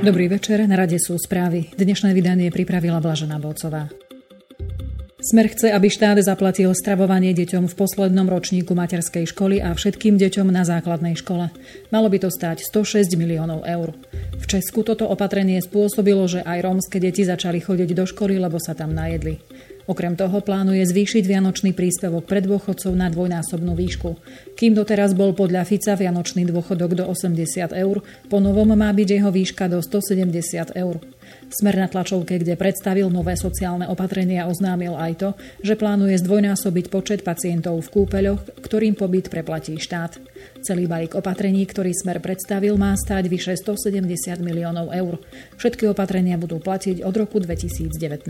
Dobrý večer, na rade sú správy. Dnešné vydanie pripravila Blažena Bolcová. Smer chce, aby štát zaplatil stravovanie deťom v poslednom ročníku materskej školy a všetkým deťom na základnej škole. Malo by to stáť 106 miliónov eur. V Česku toto opatrenie spôsobilo, že aj rómske deti začali chodiť do školy, lebo sa tam najedli. Okrem toho plánuje zvýšiť vianočný príspevok pre dôchodcov na dvojnásobnú výšku. Kým doteraz bol podľa Fica vianočný dôchodok do 80 eur, po novom má byť jeho výška do 170 eur. Smer na tlačovke, kde predstavil nové sociálne opatrenia, oznámil aj to, že plánuje zdvojnásobiť počet pacientov v kúpeľoch, ktorým pobyt preplatí štát. Celý balík opatrení, ktorý Smer predstavil, má stáť vyše 170 miliónov eur. Všetky opatrenia budú platiť od roku 2019.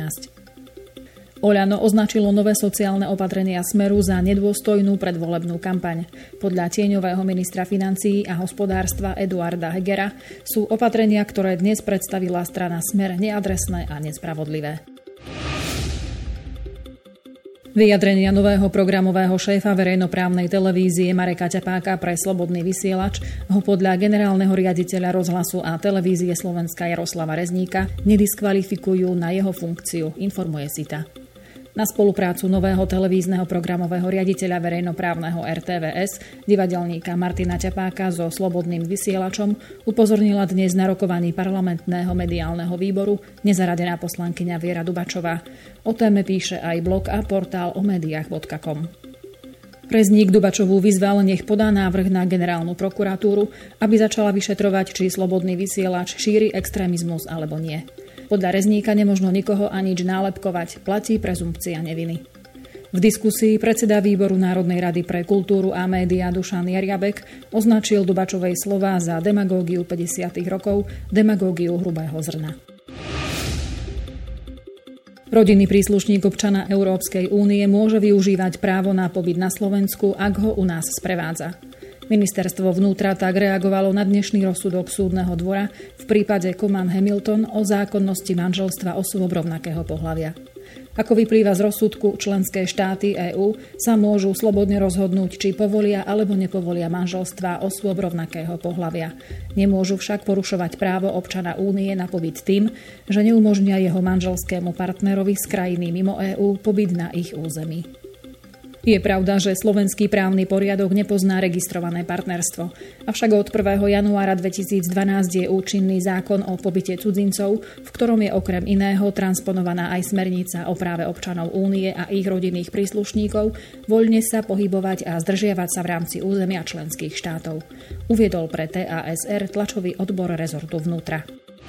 Oľano označilo nové sociálne opatrenia Smeru za nedôstojnú predvolebnú kampaň. Podľa tieňového ministra financií a hospodárstva Eduarda Hegera sú opatrenia, ktoré dnes predstavila strana Smer, neadresné a nespravodlivé. Vyjadrenia nového programového šéfa verejnoprávnej televízie Mareka Ťapáka pre Slobodný vysielač ho podľa generálneho riaditeľa rozhlasu a televízie Slovenska Jaroslava Rezníka nediskvalifikujú na jeho funkciu, informuje SITA. Na spoluprácu nového televízneho programového riaditeľa verejnoprávneho RTVS, divadelníka Martina Ťapáka so Slobodným vysielačom, upozornila dnes na rokovaní parlamentného mediálneho výboru nezaradená poslankyňa Viera Dubačová. O téme píše aj blog a portál omediach.com. Rezník Dubačovú vyzval, nech podá návrh na generálnu prokuratúru, aby začala vyšetrovať, či Slobodný vysielač šíri extrémizmus alebo nie. Podľa Rezníka nemožno nikoho a nič nálepkovať, platí prezumpcia neviny. V diskusii predseda Výboru Národnej rady pre kultúru a médiá Dušan Jariabek označil Dubačovej slová za demagógiu 50. rokov, demagógiu hrubého zrna. Rodinný príslušník občana Európskej únie môže využívať právo na pobyt na Slovensku, ak ho u nás sprevádza. Ministerstvo vnútra tak reagovalo na dnešný rozsudok súdneho dvora v prípade Coman Hamilton o zákonnosti manželstva osôb rovnakého pohlavia. Ako vyplýva z rozsudku, členské štáty EÚ sa môžu slobodne rozhodnúť, či povolia alebo nepovolia manželstvá osôb rovnakého pohlavia. Nemôžu však porušovať právo občana únie na pobyt tým, že neumožnia jeho manželskému partnerovi z krajiny mimo EÚ pobyt na ich území. Je pravda, že slovenský právny poriadok nepozná registrované partnerstvo. Avšak od 1. januára 2012 je účinný zákon o pobyte cudzincov, v ktorom je okrem iného transponovaná aj smernica o práve občanov únie a ich rodinných príslušníkov voľne sa pohybovať a zdržiavať sa v rámci územia členských štátov. Uviedol pre TASR tlačový odbor rezortu vnútra.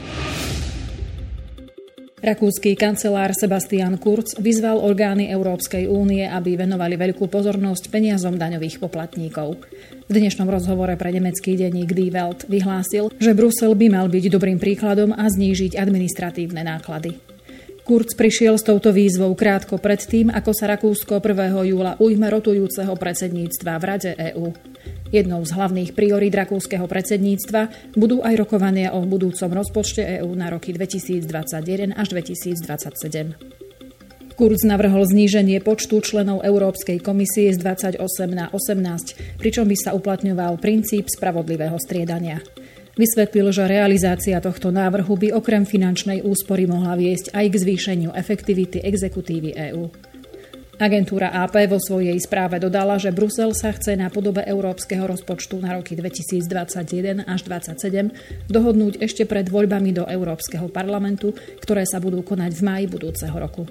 Rakúsky kancelár Sebastian Kurz vyzval orgány Európskej únie, aby venovali veľkú pozornosť peniazom daňových poplatníkov. V dnešnom rozhovore pre nemecký denník Die Welt vyhlásil, že Brusel by mal byť dobrým príkladom a znížiť administratívne náklady. Kurz prišiel s touto výzvou krátko predtým, ako sa Rakúsko 1. júla ujme rotujúceho predsedníctva v Rade EÚ. Jednou z hlavných priorít rakúskeho predsedníctva budú aj rokovania o budúcom rozpočte EÚ na roky 2021 až 2027. Kurz navrhol zníženie počtu členov Európskej komisie z 28 na 18, pričom by sa uplatňoval princíp spravodlivého striedania. Vysvetlil, že realizácia tohto návrhu by okrem finančnej úspory mohla viesť aj k zvýšeniu efektivity exekutívy EÚ. Agentúra AP vo svojej správe dodala, že Brusel sa chce na podobe európskeho rozpočtu na roky 2021 až 2027 dohodnúť ešte pred voľbami do Európskeho parlamentu, ktoré sa budú konať v máji budúceho roku.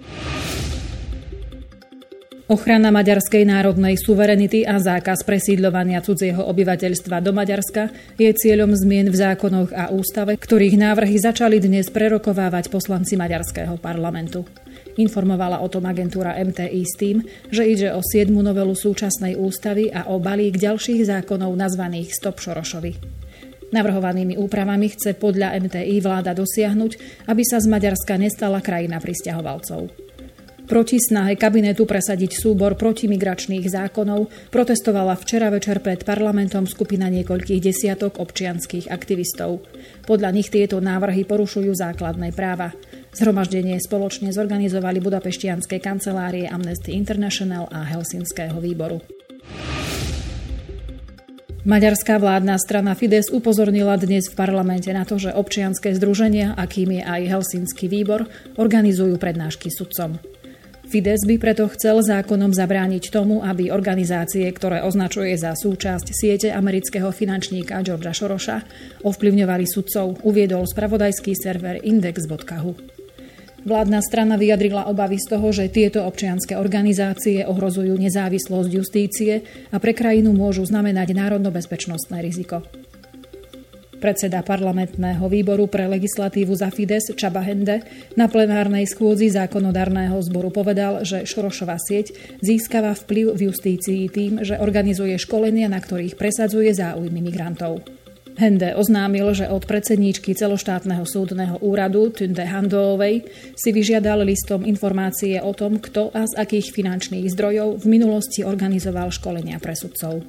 Ochrana maďarskej národnej suverenity a zákaz presídľovania cudzieho obyvateľstva do Maďarska je cieľom zmien v zákonoch a ústave, ktorých návrhy začali dnes prerokovávať poslanci maďarského parlamentu. Informovala o tom agentúra MTI s tým, že ide o 7. novelu súčasnej ústavy a o balík ďalších zákonov nazvaných Stop Šorošovi. Navrhovanými úpravami chce podľa MTI vláda dosiahnuť, aby sa z Maďarska nestala krajina prisťahovalcov. Proti snahe kabinetu presadiť súbor protimigračných zákonov protestovala včera večer pred parlamentom skupina niekoľkých desiatok občianskych aktivistov. Podľa nich tieto návrhy porušujú základné práva. Zhromaždenie spoločne zorganizovali budapešťanské kancelárie Amnesty International a Helsinského výboru. Maďarská vládna strana Fidesz upozornila dnes v parlamente na to, že občianske združenia, akým je aj Helsinský výbor, organizujú prednášky sudcom. Fidesz by preto chcel zákonom zabrániť tomu, aby organizácie, ktoré označuje za súčasť siete amerického finančníka Georgea Sorosa, ovplyvňovali sudcov, uviedol spravodajský server index.hu. Vládna strana vyjadrila obavy z toho, že tieto občianske organizácie ohrozujú nezávislosť justície a pre krajinu môžu znamenať národno-bezpečnostné riziko. Predseda parlamentného výboru pre legislatívu za Fidesz Csaba Hende na plenárnej schôdzi zákonodárneho zboru povedal, že Sorosova sieť získava vplyv v justícii tým, že organizuje školenia, na ktorých presadzuje záujmy migrantov. Hende oznámil, že od predsedníčky celoštátneho súdneho úradu Tünde Handovej si vyžiadal listom informácie o tom, kto a z akých finančných zdrojov v minulosti organizoval školenia pre sudcov.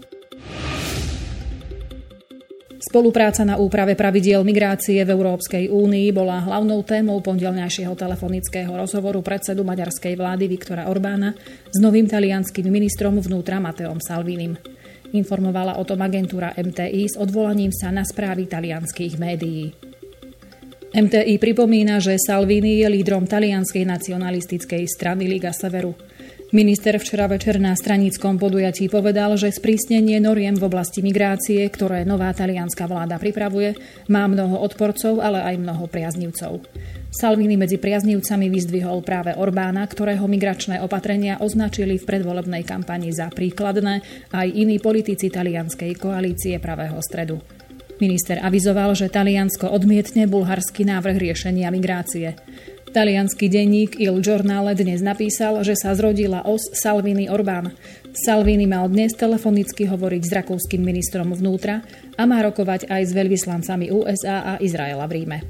Spolupráca na úprave pravidiel migrácie v Európskej únii bola hlavnou témou pondelňajšieho telefonického rozhovoru predsedu maďarskej vlády Viktora Orbána s novým talianskym ministrom vnútra Matteom Salvinim. Informovala o tom agentúra MTI s odvolaním sa na správy talianskych médií. MTI pripomína, že Salvini je lídrom talianskej nacionalistickej strany Liga Severu. Minister včera večer na straníckom podujatí povedal, že sprísnenie noriem v oblasti migrácie, ktoré nová talianska vláda pripravuje, má mnoho odporcov, ale aj mnoho priaznivcov. Salvini medzi priaznivcami vyzdvihol práve Orbána, ktorého migračné opatrenia označili v predvolebnej kampani za príkladné aj iní politici talianskej koalície pravého stredu. Minister avizoval, že Taliansko odmietne bulharský návrh riešenia migrácie. Taliansky denník Il Giornale dnes napísal, že sa zrodila os Salvini-Orbán. Salvini mal dnes telefonicky hovoriť s rakúskym ministrom vnútra a má rokovať aj s veľvyslancami USA a Izraela v Ríme.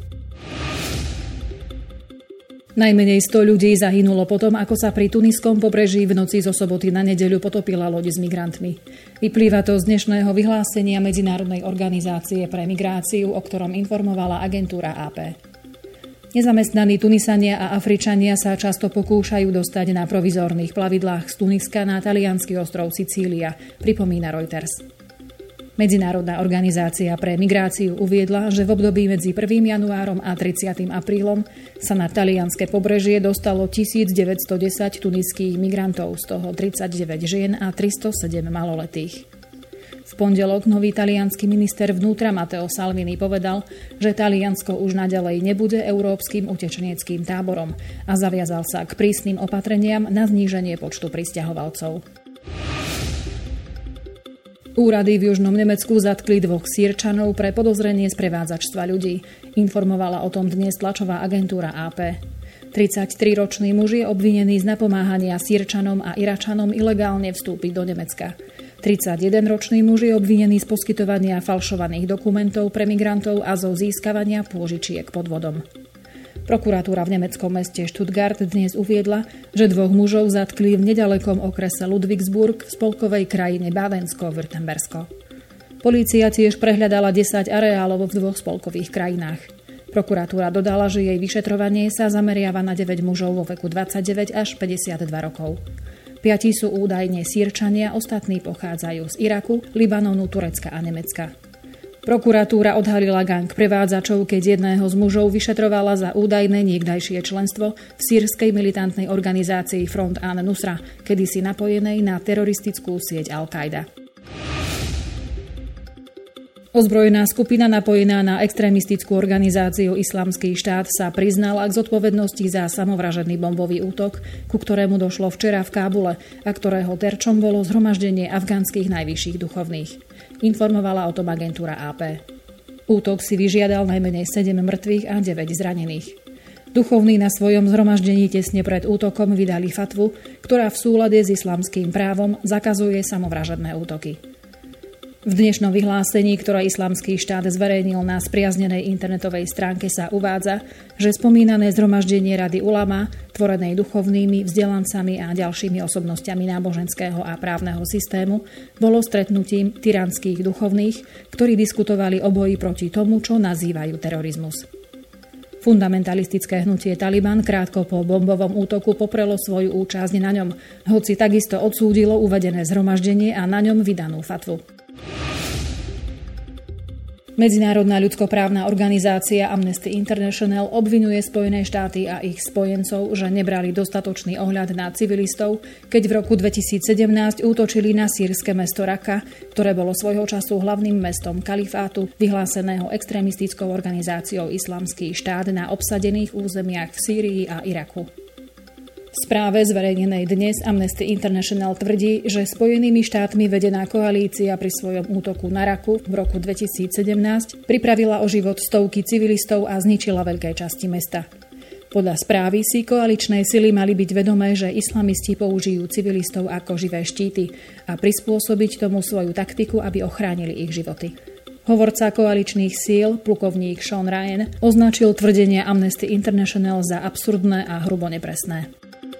Najmenej 100 ľudí zahynulo potom, ako sa pri tuniskom pobreží v noci zo soboty na nedeľu potopila loď s migrantmi. Vyplýva to z dnešného vyhlásenia Medzinárodnej organizácie pre migráciu, o ktorom informovala agentúra AP. Nezamestnaní Tunisania a Afričania sa často pokúšajú dostať na provizórnych plavidlách z Tuniska na taliansky ostrov Sicília, pripomína Reuters. Medzinárodná organizácia pre migráciu uviedla, že v období medzi 1. januárom a 30. aprílom sa na talianske pobrežie dostalo 1910 tuniských migrantov, z toho 39 žien a 307 maloletých. V pondelok nový taliansky minister vnútra Matteo Salvini povedal, že Taliansko už naďalej nebude európskym utečeneckým táborom a zaviazal sa k prísnym opatreniam na zníženie počtu prisťahovalcov. Úrady v južnom Nemecku zatkli 2 Sýrčanov pre podozrenie z prevádzačstva ľudí. Informovala o tom dnes tlačová agentúra AP. 33-ročný muž je obvinený z napomáhania Sýrčanom a Iračanom ilegálne vstúpiť do Nemecka. 31-ročný muž je obvinený z poskytovania falšovaných dokumentov pre migrantov a zo získavania pôžičiek podvodom. Prokuratúra v nemeckom meste Stuttgart dnes uviedla, že 2 mužov zatkli v nedalekom okrese Ludwigsburg v spolkovej krajine Bádensko-Württembersko. Polícia tiež prehľadala 10 areálov v 2 spolkových krajinách. Prokuratúra dodala, že jej vyšetrovanie sa zameriava na 9 mužov vo veku 29 až 52 rokov. 5 sú údajne Sýrčania, ostatní pochádzajú z Iraku, Libanonu, Turecka a Nemecka. Prokuratúra odhalila gang prevádzačov, keď jedného z mužov vyšetrovala za údajné niekdajšie členstvo v sýrskej militantnej organizácii Front an-Nusra, kedysi napojenej na teroristickú sieť Al-Qaida. Ozbrojená skupina napojená na extrémistickú organizáciu Islamský štát sa priznala k zodpovednosti za samovražedný bombový útok, ku ktorému došlo včera v Kábule a ktorého terčom bolo zhromaždenie afgánskych najvyšších duchovných. Informovala o tom agentúra AP. Útok si vyžiadal najmenej 7 mŕtvych a 9 zranených. Duchovní na svojom zhromaždení tesne pred útokom vydali fatvu, ktorá v súlade s islamským právom zakazuje samovražedné útoky. V dnešnom vyhlásení, ktoré Islamský štát zverejnil na spriaznenej internetovej stránke, sa uvádza, že spomínané zhromaždenie Rady Ulama, tvorenej duchovnými, vzdelancami a ďalšími osobnostiami náboženského a právneho systému, bolo stretnutím tyranských duchovných, ktorí diskutovali o boji proti tomu, čo nazývajú terorizmus. Fundamentalistické hnutie Taliban krátko po bombovom útoku poprelo svoju účasť na ňom, hoci takisto odsúdilo uvedené zhromaždenie a na ňom vydanú fatvu. Medzinárodná ľudskoprávna organizácia Amnesty International obvinuje Spojené štáty a ich spojencov, že nebrali dostatočný ohľad na civilistov, keď v roku 2017 útočili na sýrske mesto Raka, ktoré bolo svojho času hlavným mestom kalifátu, vyhláseného extrémistickou organizáciou Islamský štát na obsadených územiach v Sýrii a Iraku. V správe zverejnenej dnes Amnesty International tvrdí, že Spojenými štátmi vedená koalícia pri svojom útoku na Raku v roku 2017 pripravila o život stovky civilistov a zničila veľké časti mesta. Podľa správy si koaličné sily mali byť vedomé, že islamisti použijú civilistov ako živé štíty a prispôsobiť tomu svoju taktiku, aby ochránili ich životy. Hovorca koaličných síl, plukovník Sean Ryan, označil tvrdenia Amnesty International za absurdné a hrubo nepresné.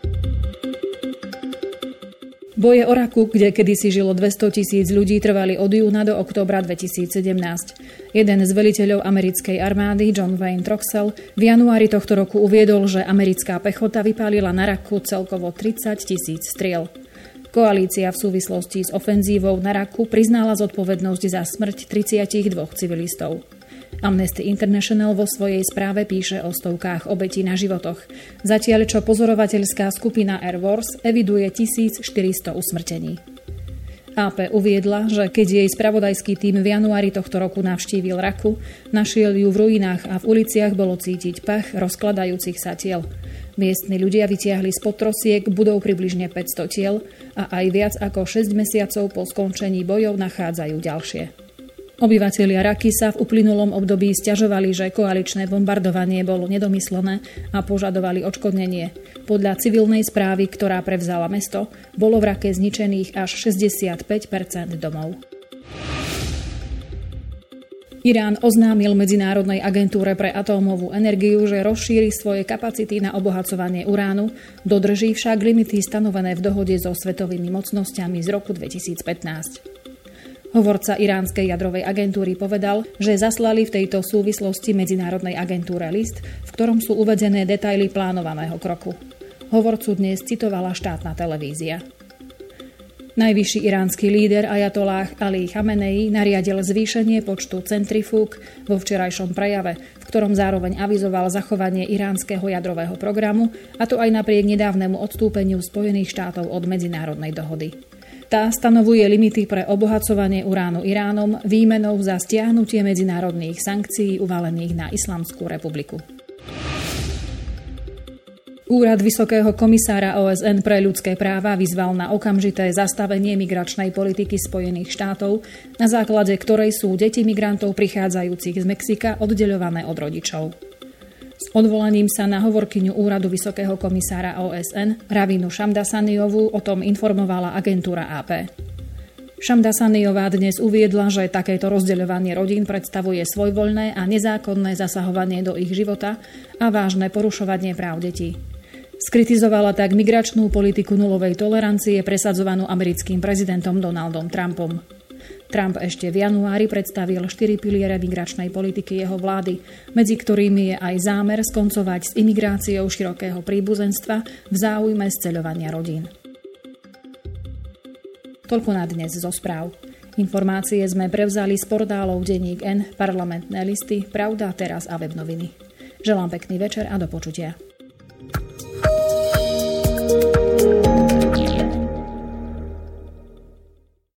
Boje o Raku, kde kedysi žilo 200 000 ľudí, trvali od júna do októbra 2017. Jeden z veliteľov americkej armády, John Wayne Troxell, v januári tohto roku uviedol, že americká pechota vypálila na Raku celkovo 30 000 striel. Koalícia v súvislosti s ofenzívou na Raku priznala zodpovednosť za smrť 32 civilistov. Amnesty International vo svojej správe píše o stovkách obetí na životoch, zatiaľ čo pozorovateľská skupina Air Wars eviduje 1400 usmrtení. AP uviedla, že keď jej spravodajský tím v januári tohto roku navštívil Raku, našiel ju v ruinách a v uliciach bolo cítiť pach rozkladajúcich sa tiel. Miestni ľudia vytiahli spod trosiek budov približne 500 tiel a aj viac ako 6 mesiacov po skončení bojov nachádzajú ďalšie. Obyvatelia Raky sa v uplynulom období sťažovali, že koaličné bombardovanie bolo nedomyslené a požadovali odškodnenie. Podľa civilnej správy, ktorá prevzala mesto, bolo v Rake zničených až 65% domov. Irán oznámil Medzinárodnej agentúre pre atómovú energiu, že rozšíri svoje kapacity na obohacovanie uránu, dodrží však limity stanovené v dohode so svetovými mocnosťami z roku 2015. Hovorca iránskej jadrovej agentúry povedal, že zaslali v tejto súvislosti Medzinárodnej agentúre list, v ktorom sú uvedené detaily plánovaného kroku. Hovorcu dnes citovala štátna televízia. Najvyšší iránsky líder ajatolláh Ali Chamenei nariadil zvýšenie počtu centrifúg vo včerajšom prejave, v ktorom zároveň avizoval zachovanie iránskeho jadrového programu, a to aj napriek nedávnemu odstúpeniu Spojených štátov od medzinárodnej dohody. Tá stanovuje limity pre obohacovanie uránu Iránom výmenou za stiahnutie medzinárodných sankcií uvalených na Islamskú republiku. Úrad Vysokého komisára OSN pre ľudské práva vyzval na okamžité zastavenie migračnej politiky Spojených štátov, na základe ktorej sú deti migrantov prichádzajúcich z Mexika oddeľované od rodičov. S odvolaním sa na hovorkyňu Úradu Vysokého komisára OSN Ravinu Šamdasaniovú o tom informovala agentúra AP. Šamdasaniová dnes uviedla, že takéto rozdeľovanie rodín predstavuje svojvoľné a nezákonné zasahovanie do ich života a vážne porušovanie práv detí. Skritizovala tak migračnú politiku nulovej tolerancie presadzovanú americkým prezidentom Donaldom Trumpom. Trump ešte v januári predstavil 4 piliere migračnej politiky jeho vlády, medzi ktorými je aj zámer skoncovať s imigráciou širokého príbuzenstva v záujme sceľovania rodín. Toľko na dnes zo správ. Informácie sme prevzali z portálov Denník N, Parlamentné listy, Pravda, Teraz a Web noviny. Želám pekný večer a do počutia.